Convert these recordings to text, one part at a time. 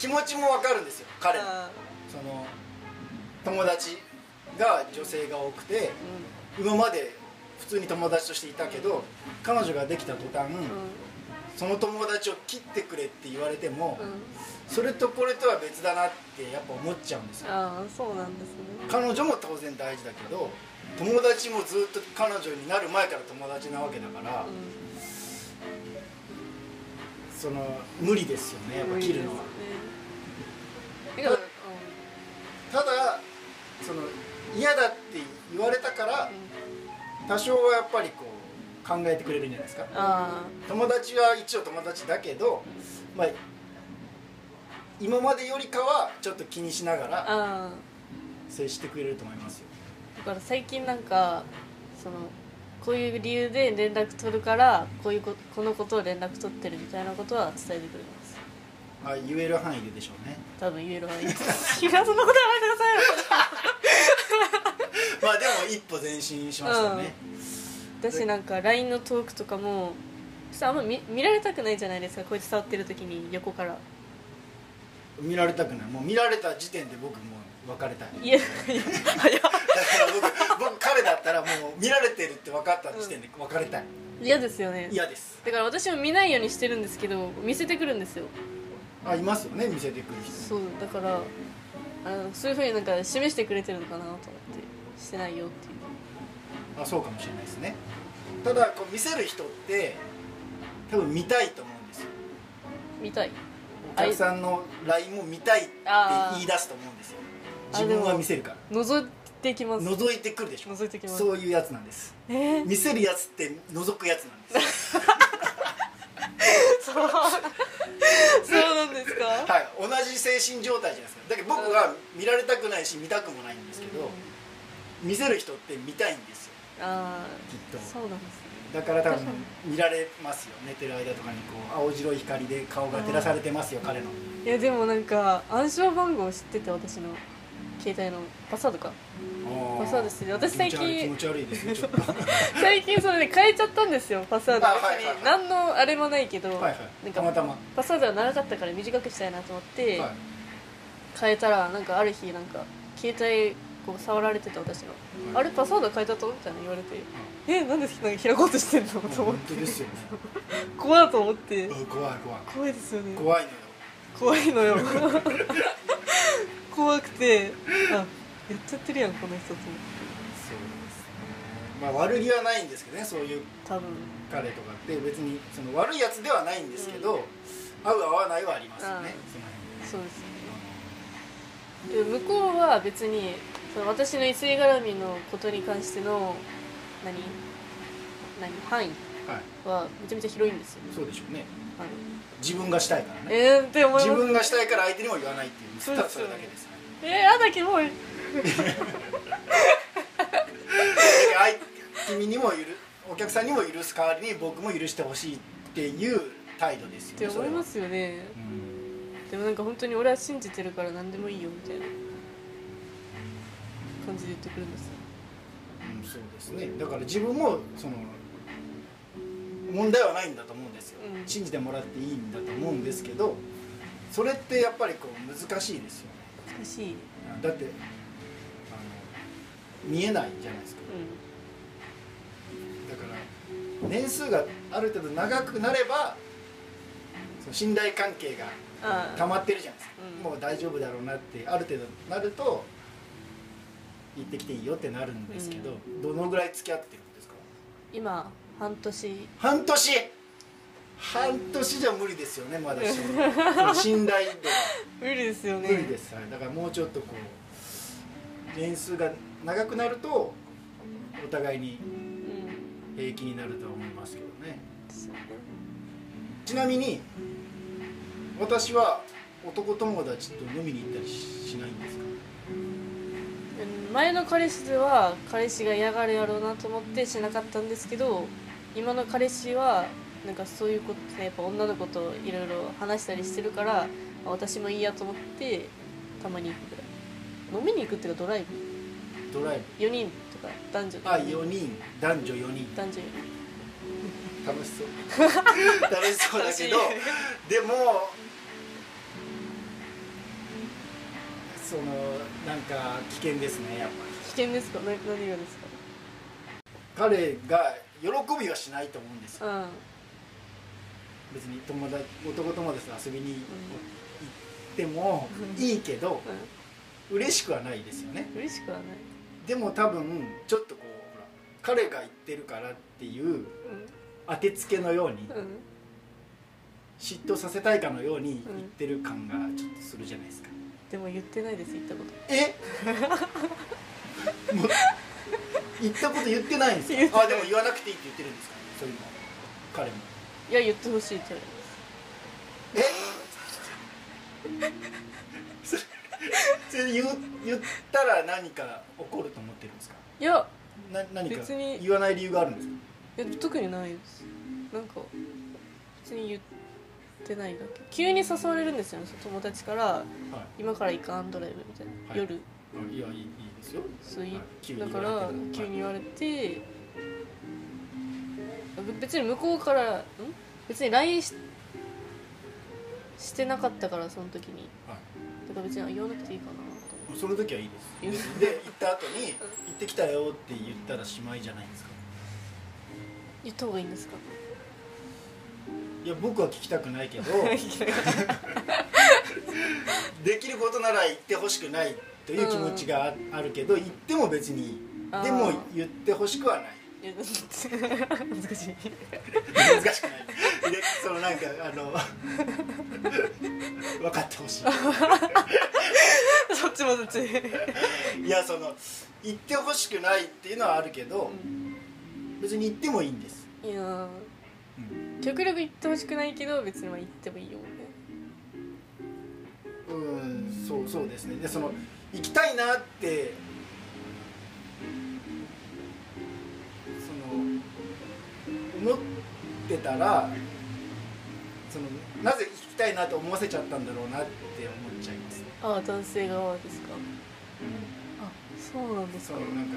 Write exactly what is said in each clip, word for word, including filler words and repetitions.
気持ちも分かるんですよ彼の。その友達が女性が多くて、うん、今まで普通に友達としていたけど彼女ができた途端、うん、その友達を切ってくれって言われても、うん、それとこれとは別だなってやっぱ思っちゃうんですよ。 ああ、そうなんですね。 彼女も当然大事だけど友達もずっと彼女になる前から友達なわけだから、うん、その無理ですよねやっぱ切るのは。ただその嫌だって言われたから、うん、多少はやっぱりこう考えてくれるんじゃないですか。あ友達は一応友達だけど、うん、まあ今までよりかはちょっと気にしながら接してくれると思いますよ。 だから最近なんかそのこういう理由で連絡取るからこういうここのことを連絡取ってるみたいなことは伝えてくれます。 あ、言える範囲ででしょうね。 多分言える範囲でいやそんなことはやめてくださいよまあでも一歩前進しましたね、 うん、私なんか ライン のトークとかもあんま 見, 見られたくないじゃないですか。こいつ触ってる時に横から見られたくない。もう見られた時点で僕もう別れたい。 いやいや早っ。だから僕僕彼だったらもう見られてるって分かった時点で別れたい。 嫌、うん、ですよね。 嫌です。だから私も見ないようにしてるんですけど見せてくるんですよ。 あ、いますよね見せてくる人。 そうだからあのそういうふうになんか示してくれてるのかなと思ってしてないよっていう。 あ、そうかもしれないですね。ただこう見せる人って多分見たいと思うんですよ。 見たい。 お客さんの ライン も見たいって言い出すと思うんですよ。自分は見せるから。 覗いてきます。 覗いてくるでしょ。 覗いてきます。 そういうやつなんです、えー、見せるやつって覗くやつなんですそうそうなんですか。 はい、同じ精神状態じゃないですか。だけど僕は見られたくないし見たくもないんですけど、うん、見せる人って見たいんですよ。ああ、きっとそうなんですね。 だから多分見られますよ。寝てる間とかにこう青白い光で顔が照らされてますよ彼の。 いやでもなんか暗証番号知ってて私の携帯のパスワードかパスワードしてて私最近気持ち悪いですねちょっと最近それで変えちゃったんですよパスワード。別に何のあれもないけど、はいはい、なんかたまたまパスワードが長かったから短くしたいなと思って、はい、変えたらなんかある日なんか携帯こう触られてた私の、はい、あれパスワード変えたとみたいな言われて、うん、えなんでなんか開こうとしてんのと思って。 本当ですよね怖いと思って。 怖い怖い怖いですよね。 怖いのよ怖いのよ怖くてあやっちゃってるやんこの人と思って。そうですね。 まあ悪気はないんですけどねそういう多分彼とかって別にその悪いやつではないんですけど、うん、合う合わないはありますよね。 そのそうですね。で向こうは別にその私の異性絡みのことに関しての何何範囲はめちゃめちゃ広いんですよ。 そうでしょうね。はい、自分がしたいからね。 えー、って思います。 自分がしたいから相手にも言わないっていう、ただそれだけですね。 えー、やだキモい。 君にも許お客さんにも許す代わりに僕も許してほしいっていう態度ですよね。 って思いますよね。うん、でもなんか本当に俺は信じてるから何でもいいよみたいな感じで言ってくるんですよ。 うん、そうですね。だから自分もその問題はないんだと思うんですよ。うん、信じてもらっていいんだと思うんですけど、それってやっぱりこう難しいですよね。 難しい。 だってあの見えないじゃないですか。うん、だから年数がある程度長くなればその信頼関係が溜まってるじゃないですか。うん、もう大丈夫だろうなってある程度なると行ってきていいよってなるんですけど、うん、どのぐらい付き合ってるんですか？ 今半年。 半年半年じゃ無理ですよね。まだ信頼度が無理ですよね。 無理です。だからもうちょっとこう年数が長くなるとお互いに平気になるとは思いますけどね。うん、ちなみに私は男友達と飲みに行ったりしないんですか？ 前の彼氏では彼氏が嫌がるやろうなと思ってしなかったんですけど、今の彼氏はなんかそういうことでやっぱ女の子といろいろ話したりしてるから私もいいやと思ってたまに行くぐらい。飲みに行くっていうかドライブドライブよにんとか男女あよにん男女よにん男女よにん楽しそう楽しそうだけどでもそのなんか危険ですねやっぱり。 危険ですか？な何がですか？ 彼が喜びはしないと思うんですよ。 うん別に友達男友達と遊びに行ってもうんいいけど、 う嬉しくはないですよね。 ん嬉しくはない。 でも多分ちょっとこうほら彼が言ってるからっていううん当てつけのようにうん嫉妬させたいかのように言ってる感がちょっとするじゃないですか。 でも言ってないです、言ったこと。 えもう言ったこと言ってないんです言ってない。 か？あでも言わなくていいって言ってるんですか？そういうの彼も。 いや言ってほしいって言われます。 えそれそれ言う言ったら何か起こると思ってるんですか？ いやな何か別に言わない理由があるんですか？ いや特にないです。なんか別に言ってないだけ。急に誘われるんですよね、友達から。 はい今から行かんドライブみたいな、 はい夜。 あいやいいいいですよ。 そういはい急にだか言われてらも急に言われて、別に向こうからん別に ライン し, してなかったからその時に、 はいだから別に言わなくていいかなと思って。 その時はいいですで行った後に「行ってきたよ」って言ったらしまいじゃないですか？ 言った方がいいんですか？ いや僕は聞きたくないけどできることなら言ってほしくないという気持ちが あ,、あるけど言っても別にいい。 あーでも言ってほしくはない。 いや難しい難しくないでそのなんかあの分かってほしいそっちもそっち。 いやその言ってほしくないっていうのはあるけど、 うん、 別に言ってもいいんです。 いやー、 うん極力言ってほしくないけど別にまあ言ってもいいよね。 うんそうそうですね。でその行きたいなってその思ってたらそのなぜ行きたいなと思わせちゃったんだろうなって思っちゃいますね。 ああ男性側ですか？あそうなんですか。 そのなんか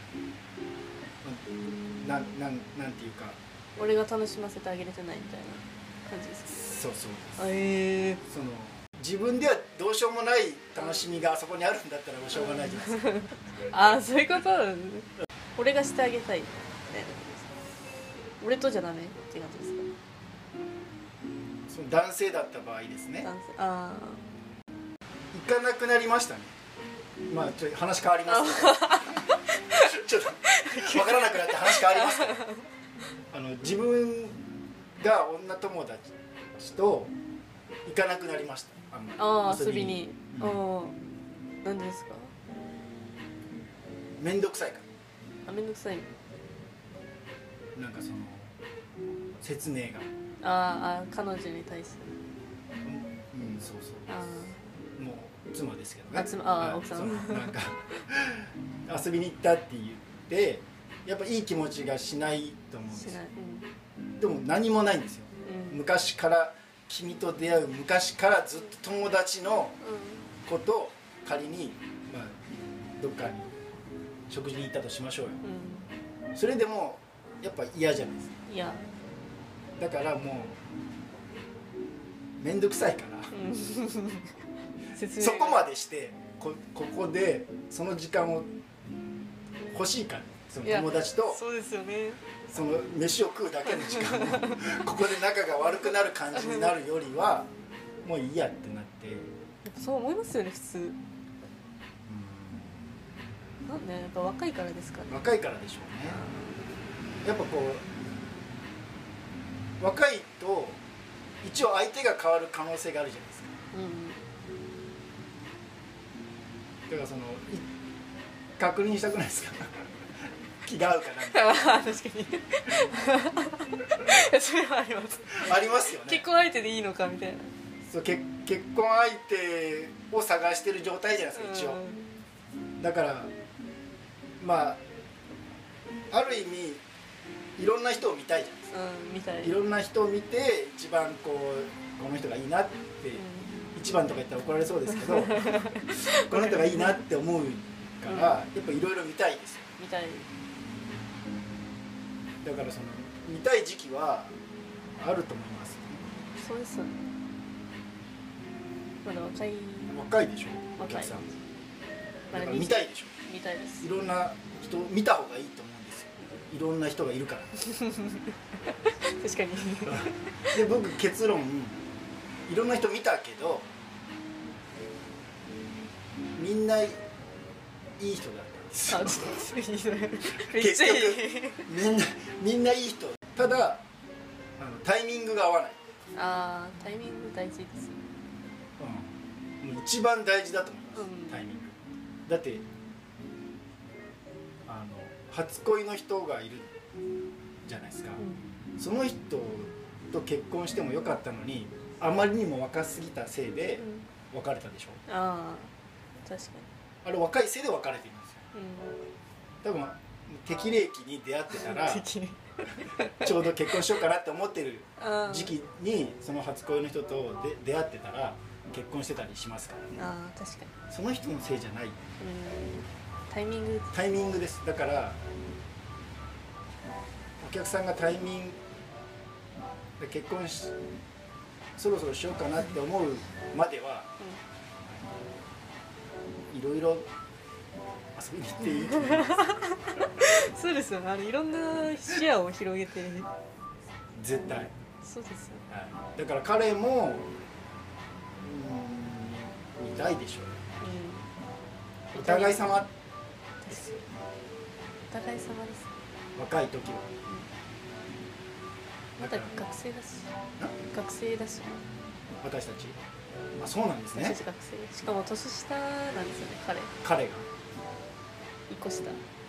なんなんなんていうか俺が楽しませてあげれてないみたいな感じですか？ そうそうです。 あええその自分ではどうしようもない楽しみがあそこにあるんだったらしょうがないじゃないですか。 ああそういうことなんですね。俺がしてあげたいみたいなことですか？俺とじゃダメって感じですか？ その男性だった場合ですね。 男性あ行かなくなりましたね。まあちょっと話変わりますけどちょっと分からなくなって話変わりますけどあの自分が女友達と行かなくなりました。あのあー遊びに、 うん、 ああなんでですか？ めんどくさいかあめんどくさい。 らなんかその説明があーあー彼女に対して。 うん、うん、そうそうあもう妻ですけどね。 あ妻あーはい奥さんそうなんか遊びに行ったって言ってやっぱいい気持ちがしないと思うんですよ。 しない、 でも何もないんですよ。 うんうん昔から君と出会う昔からずっと友達のことを仮に、まあ、どっかに食事に行ったとしましょうよ。 うんそれでもやっぱ嫌じゃないですか。 いや、 だからもう面倒くさいからうん説明そこまでしてこここでその時間を欲しいからその友達とそうですよね。 その飯を食うだけの時間をここで仲が悪くなる感じになるよりはもういいやってなって、 やっぱそう思いますよね普通。なんでやっぱ若いからですかね。 若いからでしょうね。やっぱこう若いと一応相手が変わる可能性があるじゃないですか。 うんだからその確認したくないですか気が合うかなみたいな確かにそれはあります。 ありますよね。 結婚相手でいいのかみたいな。 そう結結婚相手を探してる状態じゃないですか一応。だからまあある意味いろんな人を見たいじゃないですか。 うんみたい。 いろんな人を見て一番こうこの人がいいなって、 うん一番とか言ったら怒られそうですけどこの人がいいなって思うから、うん、やっぱいろいろ見たいですよ。 見たい。 だからその見たい時期はあると思います、ね、 そうですよね。まだ若い。 若いでしょお若い客さん。 だから見たいでしょ。 見たいです。 いろんな人見た方がいいと思うんですよ。いろんな人がいるから確かにで僕結論、いろんな人見たけどみんないい人だったんですよ。 あ、ちょっといいね。めっ結ちゃいい。 局みんなみんないい人、ただあのタイミングが合わない、 ああ、タイミング大事です。 うん、もう一番大事だと思います、 うん、 タイミングだって、あの初恋の人がいるじゃないですか、うん、その人と結婚してもよかったのにあまりにも若すぎたせいで別れたでしょ、 うん、ああ確かにあれ若いせいで別れてるんですよ、うん、多分適齢期に出会ってたらちょうど結婚しようかなって思ってる時期にその初恋の人とで出会ってたら結婚してたりしますからね。 あ、確かにその人のせいじゃない、うん、 タイミングタイミングです。だからお客さんがタイミングで結婚しそろそろしようかなって思うまでは、いろいろ遊びに行っていいと思いますそうですよね、あのいろんな視野を広げて絶対そうですよ、 はい、だから彼もうん見たいでしょう、うん、お互い様ですよ。 お互い様です、 若い時は、 うん、まだ学生だし学生だし私たち、あ、そうなんですね。 私たち学生、しかも年下なんですよね、彼彼がいっこ下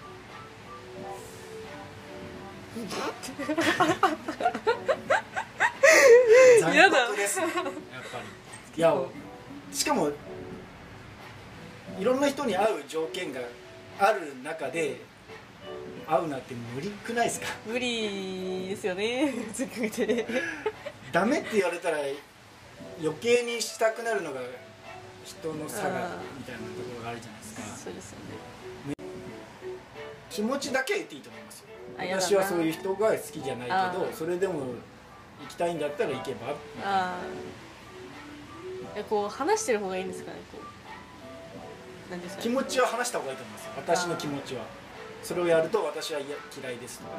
残酷ですねやっぱり。いやしかもいろんな人に会う条件がある中で会うなんて無理くないですか。 無理ですよねダメって言われたら余計にしたくなるのが人の差がみたいなところがあるじゃないですか。 そうですよね。 気持ちだけは言っていいと思いますよ。私はそういう人が好きじゃないけど、それでも行きたいんだったら行けばみたいな。 ああ、こう話してる方がいいんですかね。こうなんですかね、 気持ちは話した方がいいと思いますよ。私の気持ちはそれをやると私は嫌いですとか、うん、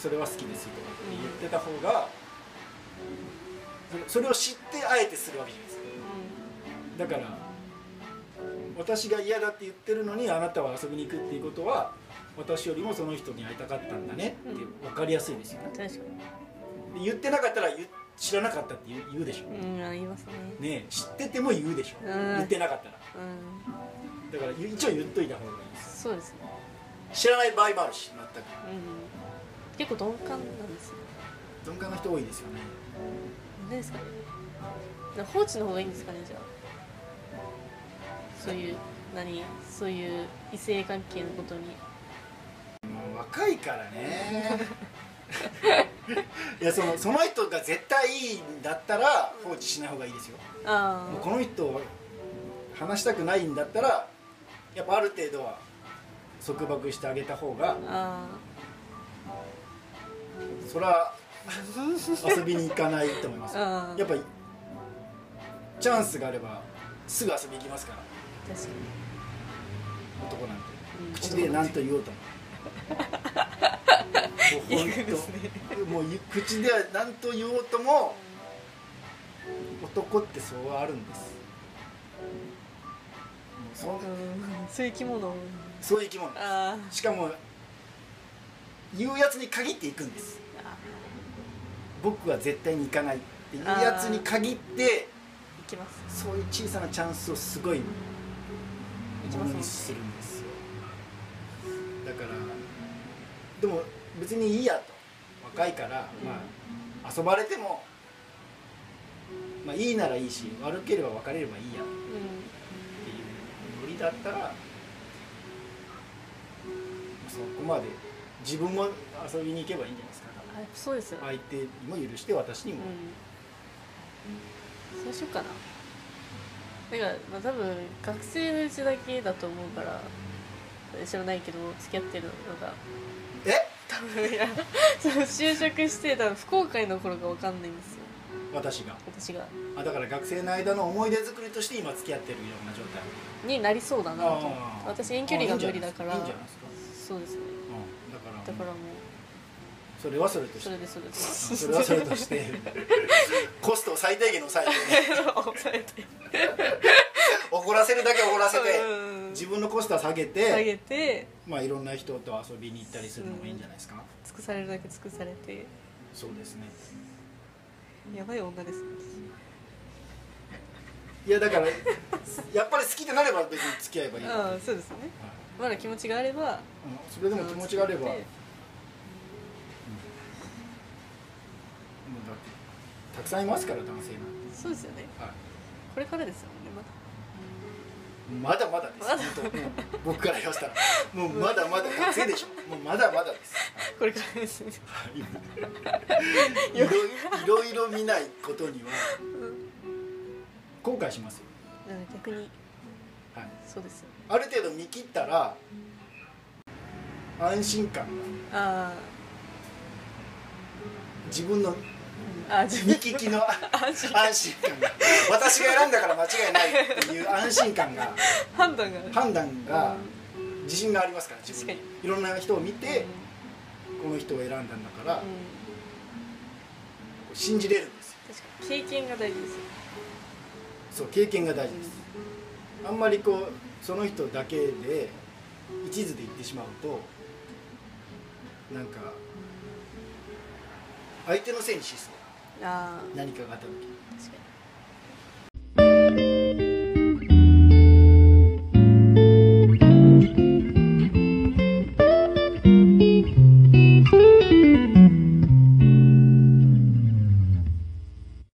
それは好きですとかって言ってた方が、うん、それを知ってあえてするわけじゃないですか、うん、だから私が嫌だって言ってるのにあなたは遊びに行くっていうことは私よりもその人に会いたかったんだねって分かりやすいですよね、うん、確かに。言ってなかったら知らなかったって言うでしょ、うん、 言いますね。 ねえ、知ってても言うでしょ、うん、言ってなかったら、うん、だから一応言っといた方がいいです。 そうですね。 知らない場合もあるし、全く、うん、 結構鈍感なんですよ。 鈍感な人多いですよね。 何ですかね。放置の方がいいんですかね、じゃあ。そういう何そういう異性関係のことに。 もう若いからねいや、そのその人が絶対いいんだったら放置しない方がいいですよ。あ、もうこの人を話したくないんだったらやっぱある程度は束縛してあげた方が、あ、そりゃ遊びに行かないと思いますよ。やっぱりチャンスがあればすぐ遊びに行きますから。確かに男なんて、うん、口で何と言おうとももう本当もう口では何と言おうとも男ってそうあるんです。もう そ, そういう生き物そういう生き物です。しかも言うやつに限って行くんです。僕は絶対に行かないっていうやつに限って行きます。 そういう小さなチャンスをすごいものにするんですよ。だからでも別にいいやと、若いから、うん、まあ遊ばれてもまあいいならいいし、悪ければ別れればいいやっていうノリだったら、そこまで自分も遊びに行けばいいんじゃないですか。 そうですよ。 相手にも許して私にも、 うん、そうしようかな。だから、まあ、多分学生のうちだけだと思うから知らないけど付き合ってるのがえ多分いや就職して多分福岡の頃が分かんないんですよ。 私が私があだから学生の間の思い出作りとして今付き合ってるような状態になりそうだなと思って。 あー私遠距離が無理だから。 いいんじゃないですか。 そうですね。 うん、だからだからもうそれはそれとしてそれでそれでそれはそれとしてコストを最低限抑えて抑えて怒らせるだけ怒らせてうん自分のコストは下げて下げて、 まあいろんな人と遊びに行ったりするのもいいんじゃないですか。 尽くされるだけ尽くされて。 そうですね。 やばい女ですね。 いやだからやっぱり好きでなれば別に付き合えばいいわけ。 ああそうですね、はい、まだ気持ちがあれば、 うん、それでも気持ちがあれば、うん、もうだってたくさんいますから男性なんて。 そうですよね、はい、これからですよね。 まだまだまだです。もう僕から言わせたらもうまだまだ学生でしょ。もうまだまだです。 これからですね。 いろいろいろ見ないことには後悔しますよ。 逆に、はい、そうですよ。 ある程度見切ったら安心感が、あ自分の見聞きの安心感が私が選んだから間違いないっていう安心感が判断が判断が自信がありますから自分にいろんな人を見てこの人を選んだんだから、うん、信じれるんですよ。 確かに経験が大事ですよ。 そう経験が大事です、うん、あんまりこうその人だけで一途で言ってしまうとなんか相手のせいにしそう。あ何かがあった時